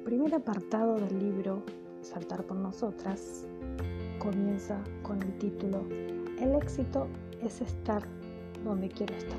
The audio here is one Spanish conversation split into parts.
primer apartado del libro Saltar por Nosotras comienza con el título El éxito es estar donde quiero estar.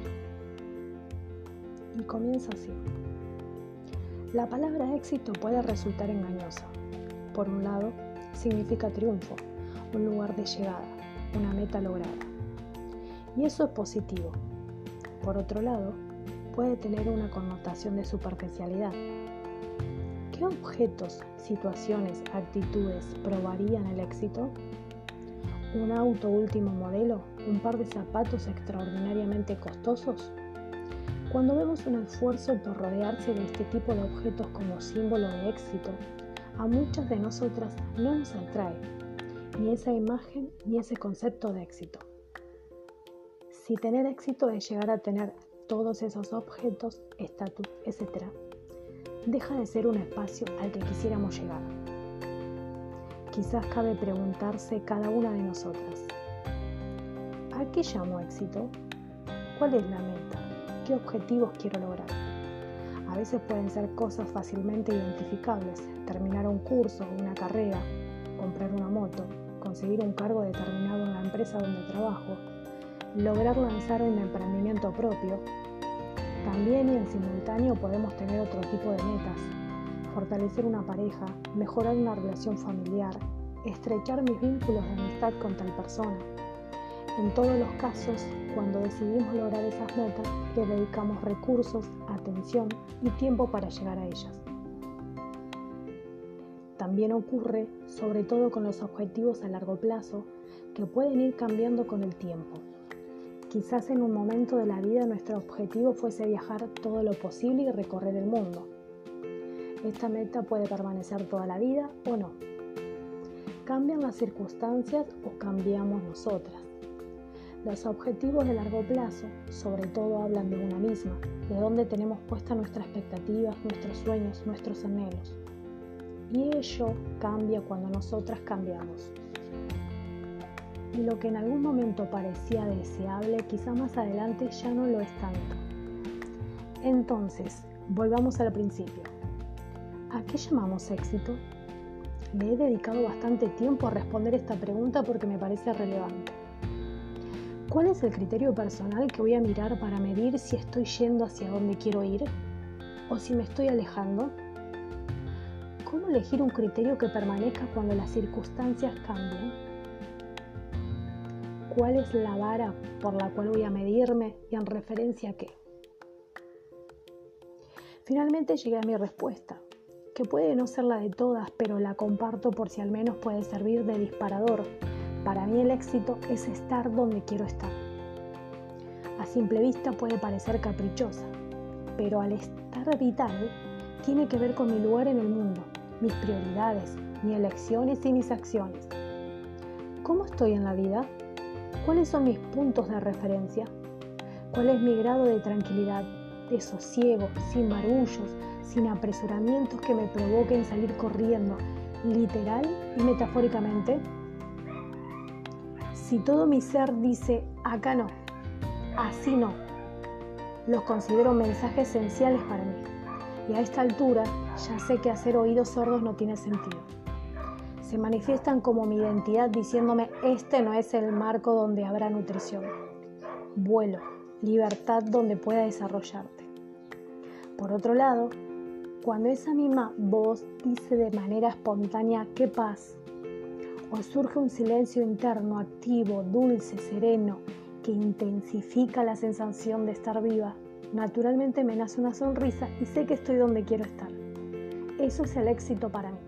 Y comienza así. La palabra éxito puede resultar engañosa. Por un lado, significa triunfo, un lugar de llegada, una meta lograda. Y eso es positivo. Por otro lado, puede tener una connotación de superficialidad. ¿Qué objetos, situaciones, actitudes probarían el éxito? ¿Un auto último modelo? ¿Un par de zapatos extraordinariamente costosos? Cuando vemos un esfuerzo por rodearse de este tipo de objetos como símbolo de éxito, a muchas de nosotras no nos atrae ni esa imagen ni ese concepto de éxito. Si tener éxito es llegar a tener todos esos objetos, estatus, etc., deja de ser un espacio al que quisiéramos llegar. Quizás cabe preguntarse cada una de nosotras: ¿a qué llamo éxito? ¿Cuál es la meta? ¿Qué objetivos quiero lograr? A veces pueden ser cosas fácilmente identificables: terminar un curso, una carrera, comprar una moto, conseguir un cargo determinado en la empresa donde trabajo, lograr lanzar un emprendimiento propio. También y en simultáneo podemos tener otro tipo de metas: fortalecer una pareja, mejorar una relación familiar, estrechar mis vínculos de amistad con tal persona. En todos los casos, cuando decidimos lograr esas metas, le dedicamos recursos, atención y tiempo para llegar a ellas. También ocurre, sobre todo con los objetivos a largo plazo, que pueden ir cambiando con el tiempo. Quizás en un momento de la vida nuestro objetivo fuese viajar todo lo posible y recorrer el mundo. Esta meta puede permanecer toda la vida o no. ¿Cambian las circunstancias o cambiamos nosotras? Los objetivos de largo plazo, sobre todo, hablan de una misma, de dónde tenemos puestas nuestras expectativas, nuestros sueños, nuestros anhelos. Y ello cambia cuando nosotras cambiamos. Y lo que en algún momento parecía deseable, quizá más adelante ya no lo es tanto. Entonces, volvamos al principio. ¿A qué llamamos éxito? Le he dedicado bastante tiempo a responder esta pregunta porque me parece relevante. ¿Cuál es el criterio personal que voy a mirar para medir si estoy yendo hacia donde quiero ir o si me estoy alejando? ¿Cómo elegir un criterio que permanezca cuando las circunstancias cambian? ¿Cuál es la vara por la cual voy a medirme y en referencia a qué? Finalmente llegué a mi respuesta, que puede no ser la de todas, pero la comparto por si al menos puede servir de disparador. Para mí el éxito es estar donde quiero estar. A simple vista puede parecer caprichosa, pero al estar vital tiene que ver con mi lugar en el mundo, mis prioridades, mis elecciones y mis acciones. ¿Cómo estoy en la vida? ¿Cuáles son mis puntos de referencia? ¿Cuál es mi grado de tranquilidad, de sosiego, sin barullos, sin apresuramientos que me provoquen salir corriendo, literal y metafóricamente? Si todo mi ser dice, acá no, así no, los considero mensajes esenciales para mí. Y a esta altura ya sé que hacer oídos sordos no tiene sentido. Se manifiestan como mi identidad diciéndome, este no es el marco donde habrá nutrición. Vuelo, libertad donde pueda desarrollarte. Por otro lado, cuando esa misma voz dice de manera espontánea, qué paz, o surge un silencio interno, activo, dulce, sereno, que intensifica la sensación de estar viva, naturalmente me nace una sonrisa y sé que estoy donde quiero estar. Eso es el éxito para mí.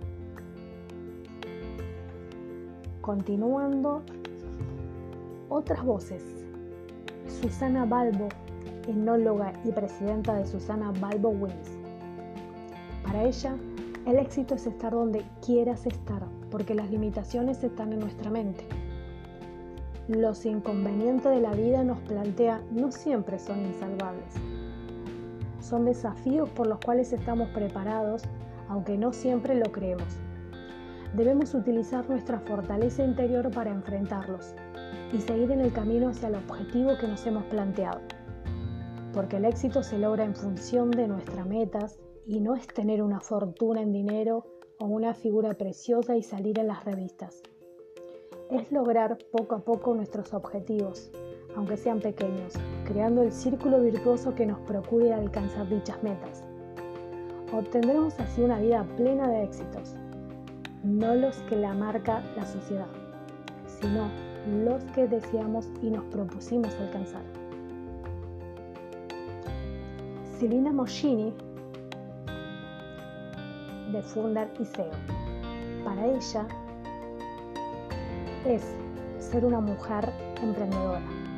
Continuando, otras voces. Susana Balbo, enóloga y presidenta de Susana Balbo Wins. Para ella, el éxito es estar donde quieras estar, porque las limitaciones están en nuestra mente. Los inconvenientes de la vida nos plantea no siempre son insalvables. Son desafíos por los cuales estamos preparados, aunque no siempre lo creemos. Debemos utilizar nuestra fortaleza interior para enfrentarlos y seguir en el camino hacia el objetivo que nos hemos planteado. Porque el éxito se logra en función de nuestras metas Y no es tener una fortuna en dinero o una figura preciosa y salir en las revistas. Es lograr poco a poco nuestros objetivos, aunque sean pequeños, creando el círculo virtuoso que nos procure alcanzar dichas metas. Obtendremos así una vida plena de éxitos, no los que la marca la sociedad, sino los que deseamos y nos propusimos alcanzar. Silvina Moschini, de Funder y CEO. Para ella es ser una mujer emprendedora.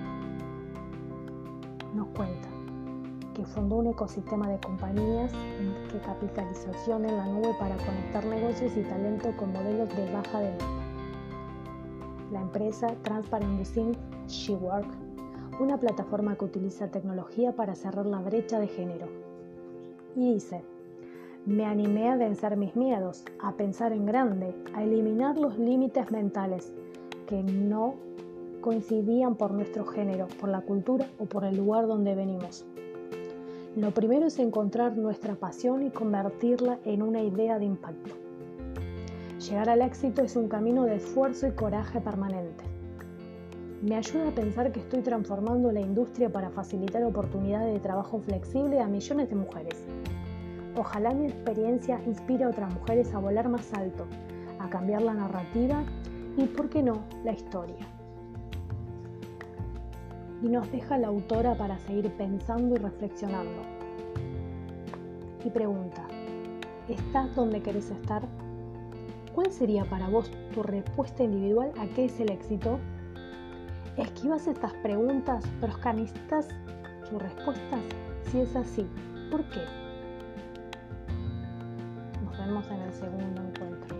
Nos cuenta que fundó un ecosistema de compañías que capitalización en la nube para conectar negocios y talento con modelos de baja demanda. La empresa Transparent Busing SheWork, una plataforma que utiliza tecnología para cerrar la brecha de género. Y dice: me animé a vencer mis miedos, a pensar en grande, a eliminar los límites mentales que no coincidían por nuestro género, por la cultura o por el lugar donde venimos. Lo primero es encontrar nuestra pasión y convertirla en una idea de impacto. Llegar al éxito es un camino de esfuerzo y coraje permanente. Me ayuda a pensar que estoy transformando la industria para facilitar oportunidades de trabajo flexible a millones de mujeres. Ojalá mi experiencia inspire a otras mujeres a volar más alto, a cambiar la narrativa y, ¿por qué no?, la historia. Y nos deja la autora para seguir pensando y reflexionando. Y pregunta: ¿estás donde querés estar? ¿Cuál sería para vos tu respuesta individual a qué es el éxito? ¿Esquivas estas preguntas, pero escaneas sus respuestas? Si es así, ¿por qué? Nos vemos en el segundo encuentro.